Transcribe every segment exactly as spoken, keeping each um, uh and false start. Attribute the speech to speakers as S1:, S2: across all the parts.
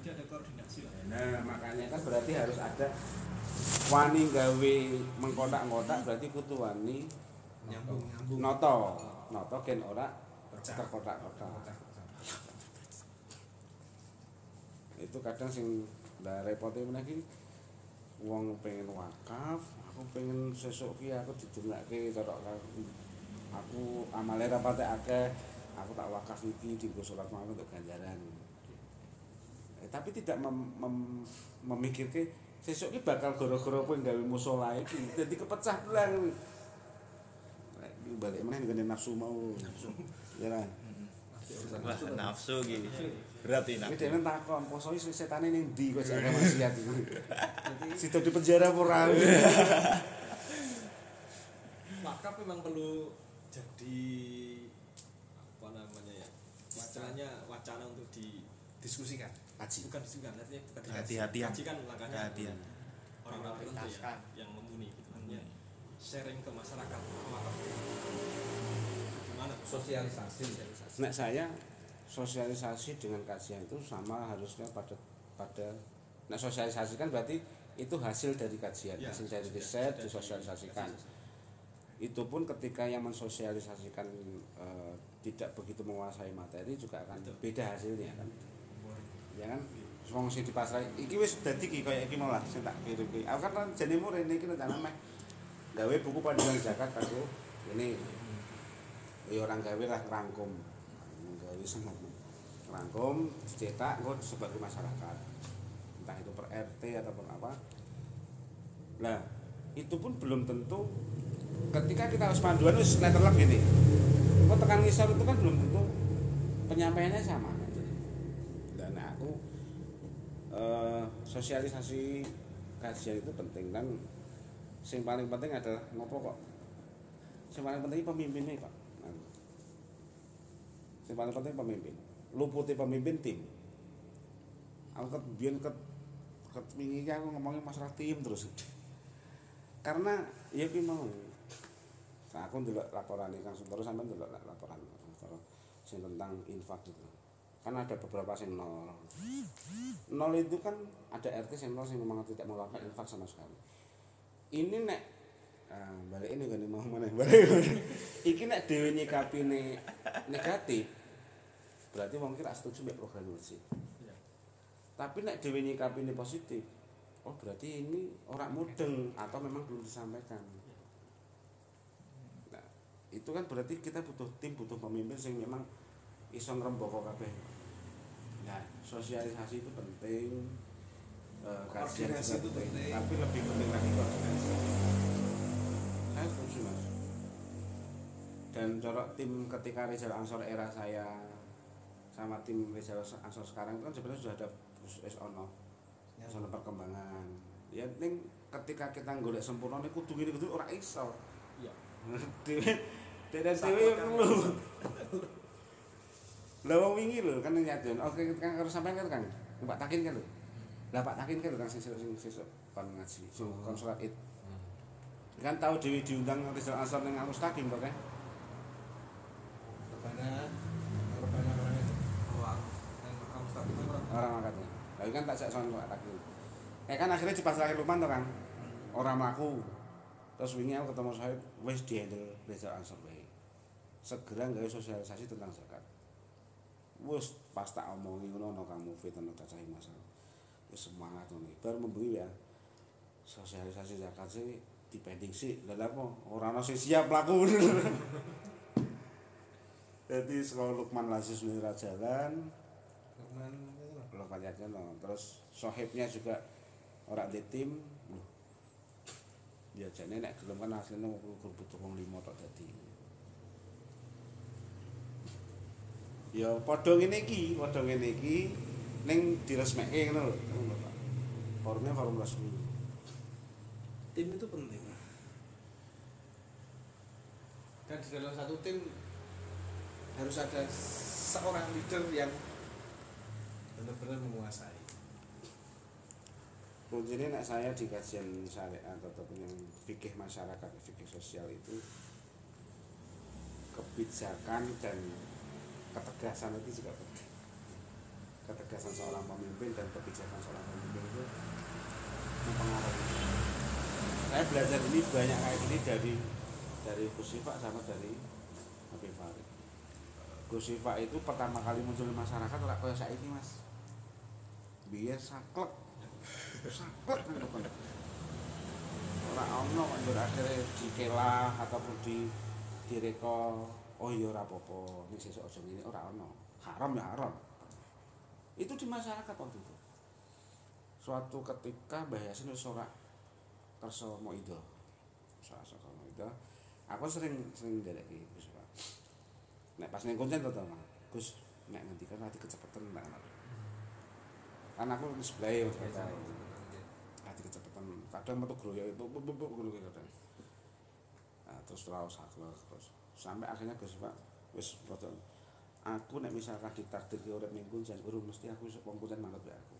S1: berarti ada koordinasi lah.
S2: Nah makanya kan berarti harus ada wani gawe mengkotak-kotak, berarti kudu wani
S3: nyambung nyambung
S2: noto noto gen ora terkotak-kotak. Itu kadang sing lah repote meneh iki wong pengen wakaf, aku pengen sesuk ki aku didongake cara aku amale ra patek akeh, aku tak wakaf iki dienggo salat malam untuk ganjaran. Eh, tapi tidak mem, mem, memikirke sesuk ki bakal gara-gara kowe gawe musala iki dadi kepecah belang. Nek balik meneh ngene nafsu mau. Nafsu. Ya lah.
S4: Wah, nafsu gitu. Berarti
S2: nafsu. Iki dhewe takon, poso iki setane ning ndi kok jare maksiat iki. Sido di penjara apa ora?
S1: Wakaf memang perlu jadi apa namanya ya? Wacananya wacana untuk didiskusikan.
S2: Kaji.
S1: Bukan diskusikan, artinya bukan
S4: hati-hatian.
S1: Kaji kan langkahnya
S4: hati-hatian.
S1: Orang-orang tertentu ya, yang mumpuni gitu. Artinya sharing ke masyarakat wakaf. Gimana
S3: sosialisasi?
S2: Nek saya sosialisasi dengan kajian itu sama harusnya pada pada nek sosialisasi kan berarti itu hasil dari kajian, ya, hasil dari riset disosialisasikan. Itu pun ketika yang mensosialisasikan e, tidak begitu menguasai materi juga akan betul. Beda hasilnya kan. Ya kan? Wong sing dipasrai iki wis dadi iki kaya iki malah sing tak kirim iki. Aku kan jane murid iki rencana meh gawe buku panduan zakat kanggo ini. Ya orang gawe lah rangkum. Gawe semat. Rangkum, dicetak engko sebagai masyarakat. Entah itu per R T ataupun apa. Nah, itu pun belum tentu ketika kita harus panduan wis letterlock gini. Kok tekan ngisor itu kan belum tentu penyampaiannya sama. Dan aku eh, sosialisasi kajian itu penting dan yang paling penting adalah ngopo kok. Yang paling penting pemimpinnya Pak. Yang paling penting pemimpin. Luputi pemimpin tim. Aku ket biyen ket ket wingi aku ngomongin masalah tim terus. Karena ya ki mau. Nah, aku ndelok laporan iki Kang Suntoro sampean ndelok laporan Suntoro sing tentang infak itu. Kan ada beberapa sing nol. Nol itu kan ada R T sing nol sing memang tidak melakukan infak sama sekali. Ini nek ah, balik ini kan mau meneh. Iki nek dhewe nyikapine negatif berarti wong kira setuju mek program masjid. Ya. Tapi nek dhewe nyikapine positif, oh berarti ini orang mudeng atau memang belum disampaikan. Nah, itu kan berarti kita butuh tim, butuh pemimpin yang memang iso ngrembaka kabeh. Nah, sosialisasi itu penting. Eh, koordinasi itu penting. Tapi lebih penting lagi koordinasi. Saya setuju Mas. Dan corok tim ketika Rizal Ansor era saya sama tim Rizal Ansor sekarang itu kan sebenarnya sudah ada S ono soal perkembangan. Ya penting ketika kita golek sempurna niku kudu ngene kudu ora iso. Iya. Dhewe dhewe perlu. Lah wong wingi lho kan nyadon. Oke kan harus sampean kan Kang. Pak Takin kan lho. Lah Pak Takin kan lho Kang sesuk sesuk kon ngaji, sing kon salat Id. Kan tahu dhewe diundang Rizal Ansor ning Mustaqim to kan.
S3: Rebana Rebana orangnya.
S2: Orang makanya. Tapi kan tak sakson Pak Takin. Eh kan akhirnya dipasrahke Luman to Kang. Ora mlaku. Terus wingi aku ketemu saya wis dihandle Rizal Ansor wae. Segera gawe sosialisasi tentang zakat. Wis pas tak omongi ngono ana Kang Mufid ana cacah masalah. Wis semangat ngono. Bar memberi ya. Sosialisasi zakat sih dipending sih. Lah apa ora ana sing siap laku. Jadi sekolah Lukman Lazis Nira Jalan.
S3: Lukman
S2: Lukman Pancatnya no. Terus sohibnya juga orang di tim. Loh. Biasanya nek gelem kan asline butuh wong lima tok dadi. Ya padha ngene iki, padha ngene iki ning diresmeke ngono lho. Ngono Pak. Forumnya forum resmi.
S3: Tim itu penting. Dan di dalam satu tim harus ada seorang leader yang benar-benar menguasai.
S2: Kuncinya nek saya di kajian syariat ataupun yang fikih masyarakat, fikih sosial itu kebijakan dan ketegasan itu juga penting. ketegasan seorang pemimpin dan kebijakan seorang pemimpin itu mempengaruhi. Saya belajar ini banyak kayak gini dari dari Gus Sifa sama dari Habib Farid. Gus Sifa itu pertama kali muncul di masyarakat ora kaya saiki Mas. Biar saklek. Saklek kan. Ora ono kok njur akhire dikelah ataupun di direka oh iya ora apa-apa nek sesuk aja ngene ora ono. Haram ya haram. Itu di masyarakat waktu itu. Suatu ketika Mbah Yasin wis ora kersa moido. Kersa moido. Aku sering sering ndereki Gus Pak. Nek pas ning konsen to to, Gus, nek ngendikan ati kecepetan tak ngono. Kan aku wis sebelahe wis kata. Ati kecepetan. Kadang metu groyo itu bubuk ngono kadang. Nah, terus terus aku terus sampai akhirnya Gus Pak wis rada aku nek misalkan ditakdirke urip ning konsen urung mesti aku wong konsen manut wae aku.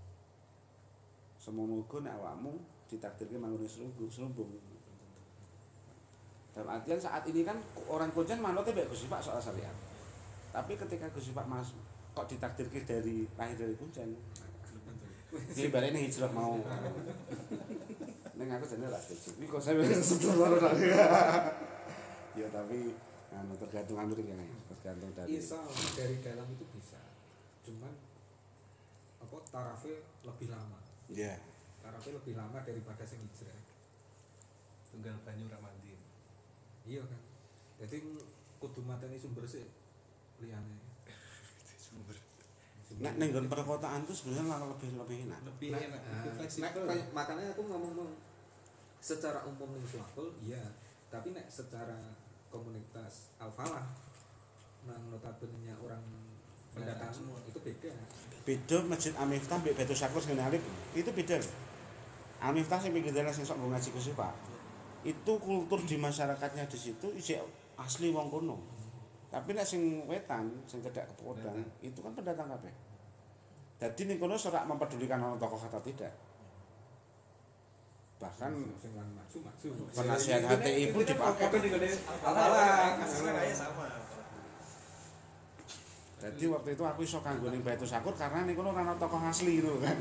S2: Semono uga nek awakmu ditakdirke manggon selubung selubung. Dalam artian saat ini kan orang konsen manutnya baik Gus Sipak soal syariat. Tapi ketika Gus Sipak mas kok ditakdirkan dari lahir dari konsen, jadi balik ini hijrah mau. Neng aku jadi lah setuju. Ini kok saya setuju baru lagi. Ya tapi anu tergantung anu kan tergantung dari.
S3: Iya dari dalam itu bisa. Cuman apa tarafnya lebih lama.
S2: Iya. Yeah.
S3: Tarafnya lebih lama daripada sing hijrah.
S1: Tunggal banyu ramandi.
S3: Iya kan. Jadi kudu mateni sumber sih liyane.
S1: Sumber.
S2: Nek ning nggon perkotaan tuh sebenarnya malah lebih lebih enak.
S1: Lebih
S3: Nah,
S1: enak,
S3: nah,
S1: lebih fleksibel.
S3: nah, makanya aku ngomong secara umum ning Sulakul iya, tapi nek secara komunitas Al-Falah nang notabene orang pendatang semua itu beda.
S2: Beda Masjid Al-Miftah mbek Baitul Syakur sing Alif itu beda. Al-Miftah sing pinggir dalan sing sok ngaji Gus Pak. Itu kultur di masyarakatnya di situ isih asli wong kono. Tapi nek sing wetan, sing cedhak Kepodang, itu kan pendatang kabeh. Dadi ning kono ora mempedulikan orang tokoh atau tidak. Bahkan
S3: sing maju-maju.
S2: penasihat H T I pun dipakai.
S1: Sama.
S2: Jadi waktu itu aku iso kanggo ning Baitul Syakur karena ning kono ora ana tokoh asli ngono kan.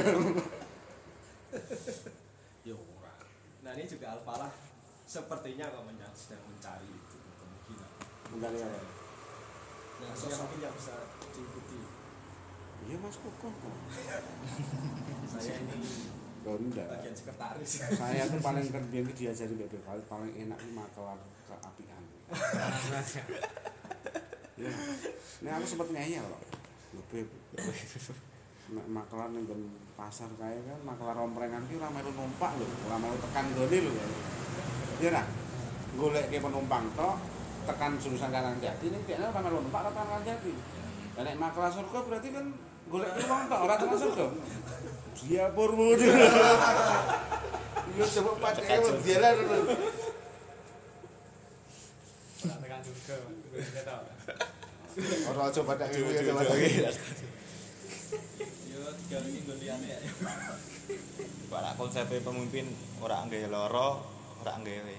S1: Ya ora. Nah ini juga Al-Falah sepertinya kalau sedang mencari itu kemungkinan.
S2: Mencari apa?
S1: Nah, sosok mungkin yang bisa diikuti.
S2: Iya Mas Kukuh kok.
S1: Saya ini
S2: Oh, enggak.
S1: bagian sekretaris.
S2: Saya tuh paling kan biar diajari B B Khalid paling enak ini makelar keapian. Ya. Nah aku sempat ngeyel loh. Lebih nek makelar ning pasar kae kan makelar omprengan ki ora melu numpak lho, ora melu tekan gone lho. Iya ra? Goleke penumpang tok tekan jurusan Karangjati ning dekne ora melu numpak tekan Karangjati. Lah nek makelar surga berarti kan golek wong tok ora tekan surga. Dia purwo. Yo coba pakai jalan lho.
S1: Ora tekan surga, enggak tahu.
S2: Ora aja patek iki coba.
S1: Tiga ini goliane ya.
S4: Para konsepnya pemimpin ora nggawe loro, ora nggawe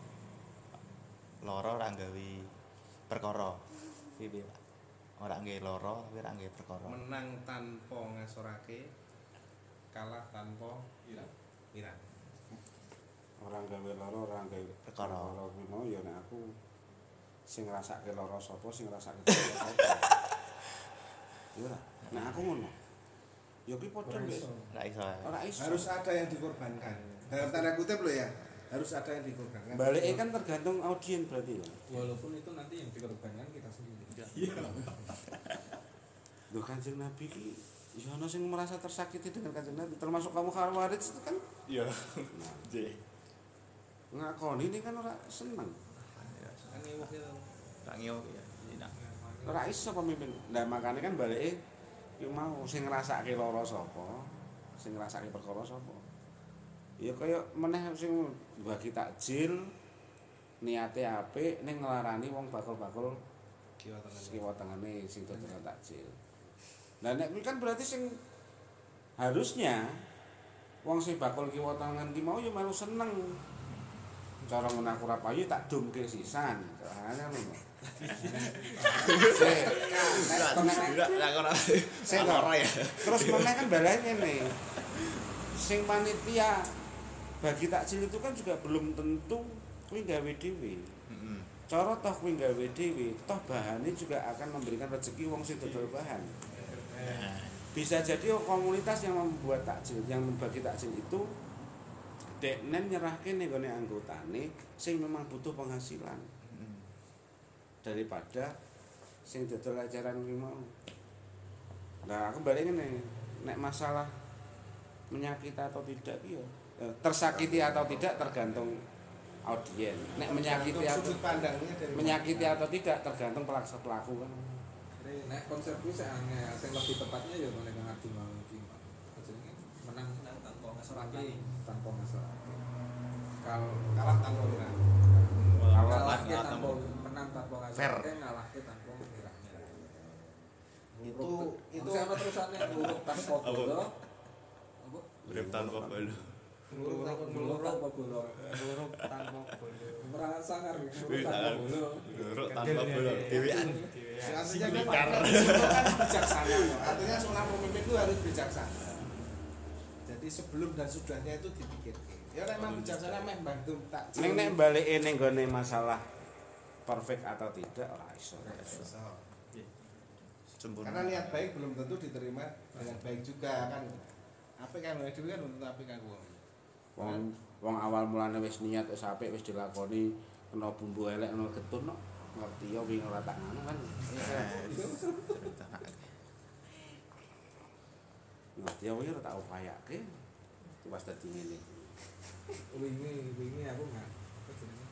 S4: loro ora nggawe perkara. Piye ora nggawe loro, tapi ora nggawe perkara.
S3: Menang tanpa ngasorake, kalah tanpa
S1: Irang.
S3: irang.
S2: Orang gawe loro, orang gawe
S4: perkara.
S2: Loro kuwi mau ya nek aku sing ngrasake loro sapa, sing ngrasake perkara sapa. Ya ora. Nek aku ngono. Ya ki padha wis.
S4: Ora iso.
S2: Ora iso.
S3: Harus ada yang dikorbankan. Dalam tanda kutip loh ya. Harus ada yang dikorbankan.
S2: Balike kan tergantung audien berarti ya.
S3: Walaupun itu nanti yang dikorbankan kita sendiri.
S1: Iya.
S2: Lho Kanjeng Nabi ki ya ana sing merasa tersakiti dengan Kanjeng Nabi, termasuk kamu Khawarij itu kan.
S4: Iya.
S2: Nah,
S4: J.
S2: ngakoni ini kan ora seneng.
S3: Kan ngewuh ya.
S4: Tak ngiyo ya. Enak.
S2: Ora iso pemimpin. Lah makane kan balike ki mau sing ngrasake lara sapa, sing ngrasake perkara sapa. Ya kaya meneh sing bagi takjil niate apik ning nglarani wong bakul-bakul
S3: Kiwa tengah.
S2: kiwa tengene sing dodolan takjil. Lah nek kuwi kan berarti sing harusnya wong sing bakul kiwa tengen ki mau ya melu seneng. cara ngono aku ora payu tak dumke sisan. Soalnya ngono. Sik. Terus meneh kan balane ngene. Sing panitia bagi takjil itu kan juga belum tentu kuwi gawe dhewe.
S4: Heeh.
S2: Cara toh kuwi gawe dhewe, toh bahane juga akan memberikan rezeki wong sing dodol bahan. Bisa jadi komunitas yang membuat takjil, yang membagi takjil itu deknen nyerahke ning gone anggotane sing memang butuh penghasilan. Daripada sing dodol ajaran kuwi mau. Nah, aku balik ngene, nek masalah menyakiti atau tidak ya tersakiti atau tidak tergantung audien. Nek menyakiti atau
S5: sudut pandangnya dari
S2: menyakiti atau tidak tergantung pelaku pelaku kan.
S3: Nek konsep kuwi sing angel, sing lebih tepatnya ya ngene kang Adi mau iki. Jenenge menang
S1: Menang tanpa ngasor
S3: lagi tanpa masalah.
S5: kalau kalah tanpa menang.
S3: Ngalahke tanpa menang tanpa
S4: Fair.
S3: ngasih, ngalahke tanpa nyerah.
S5: Itu itu
S3: ana terusane urut tanpa bola. Apa?
S4: Urip tanpa bolu.
S5: Nguruk tanpa
S3: Nguruk
S5: meluruk.
S3: tanpa bola.
S2: Loro tanpa bola.
S3: Merangan sangar nguruk
S4: Wih,
S3: tanpa
S4: sangar.
S3: bola.
S4: Urip tanpa bolu. Dewean.
S5: Artinya kan
S4: Mikar.
S5: itu kan bijaksana. Artinya seorang pemimpin itu harus bijaksana. Jadi sebelum dan sudahnya itu dipikir. Ya memang bijaksana meh bantu tak.
S2: Ning nek balike ning gone masalah perfect atau tidak ora iso.
S4: Sempurna.
S5: Karena niat baik belum tentu diterima dengan baik juga kan. Apa kan lho dhewe kan belum tentu apik kanggo wong.
S2: Wong wong awal mulane wis niat wis apik wis dilakoni kena bumbu elek kena getun kok ngerti ya wingi ora tak ngono kan. Ngerti ya wingi ora tak upayake. Pas dadi ngene.
S3: Wingi wingi aku nggak apa jenenge.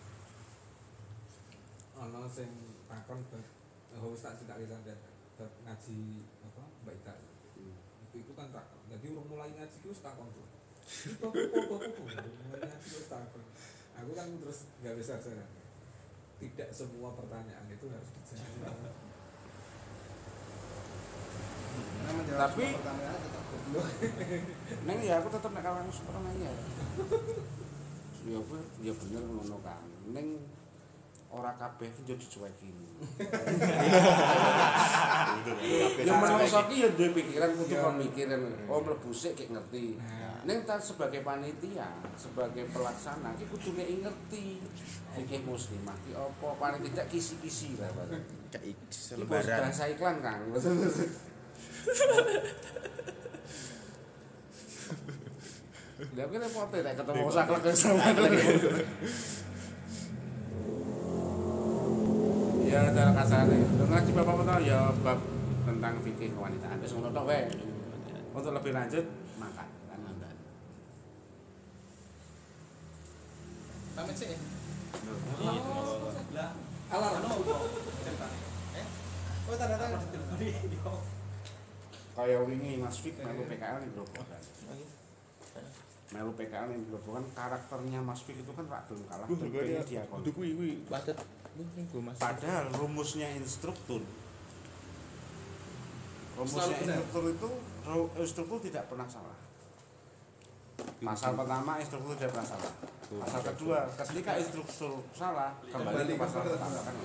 S3: Ana sing takon bab oh wis tak sithik lisan bab ngaji apa Mbak Ita. Itu itu kan takon. Jadi urung mulai ngaji ku wis takon tuh. Itu apa apa mulai ngaji wis takon. Aku kan terus enggak bisa saya. Tidak semua pertanyaan itu harus dijawab.
S5: Karena menjawab
S2: Tapi-
S5: semua pertanyaan tetap goblok.
S2: Neng ya aku tetep nek kawan super nanya. Ya apa ya bener ngono kan. Ning ora kabeh ki yo dicueki. Ya menungso ki ya duwe pikiran kudu kon mikirin. Oh mlebu sik ki ngerti. Ning ta sebagai panitia, sebagai pelaksana ki kudu nek ngerti. Fikih muslimah ki apa paling tidak kisi-kisi lah.
S4: Kayak
S2: Iki
S4: selebaran.
S2: bahasa iklan Kang. Lah kene foto nek ketemu saklek sama. Ya cara kasarane, ngaji bapak betul ya bab tentang fikih kewanitaan. Wis ngono tok wae. Untuk lebih lanjut makan kan mandan.
S5: Pamit sih.
S1: Lah,
S3: Alarm
S1: ono apa? Ceritane. Eh,
S5: Oh tanda tangan.
S2: Kaya wingi Mas Fik melu P K L ning Grobogan. Melu P K L ning Grobogan karakternya Mas Fik itu kan rak belum kalah dengan dia kon.
S4: kuwi kuwi padet. Ning gua Mas.
S2: Padahal rumusnya instruktur rumusnya
S5: Selalu benar.
S2: instruktur itu ru- instruktur tidak pernah salah. Pasal pertama instruktur tidak pernah salah. Pasal kedua ketika instruktur salah kembali ke pasal pertama kan.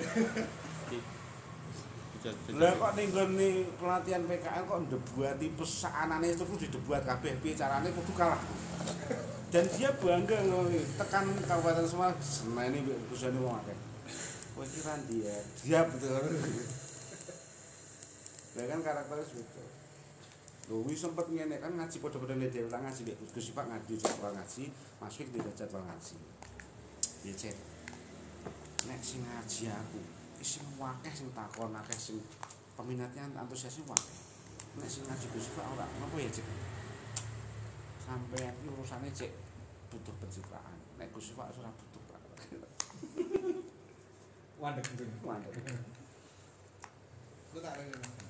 S2: Lah kok ning gone pelatihan P K L kok ndebuati pesanane instruktur didebuat kabeh piye carane kudu kalah. Dan dia bangga ngono tekan Kabupaten Semarang seneni mbek busane wong akeh. Kowe iki ra dia, dia betul. Lah kan karakternya gitu. Lho wis sempet ngene kan ngaji padha-padha dhewe tak ngaji mbek Gus Sifak ngaji jadwal ngaji, Mas Fik tidak jadwal ngaji. Ya cek. Nek sing ngaji aku, sing akeh sing takon akeh sing peminatnya antusiasnya akeh. Nek sing ngaji Gus Sifak ora, napa ya cek? Sampai aku urusane cek butuh pencitraan. Nek Gus Sifak ora butuh Pak.
S3: Wandek gitu.
S2: Mantap.
S5: Lu tak ada.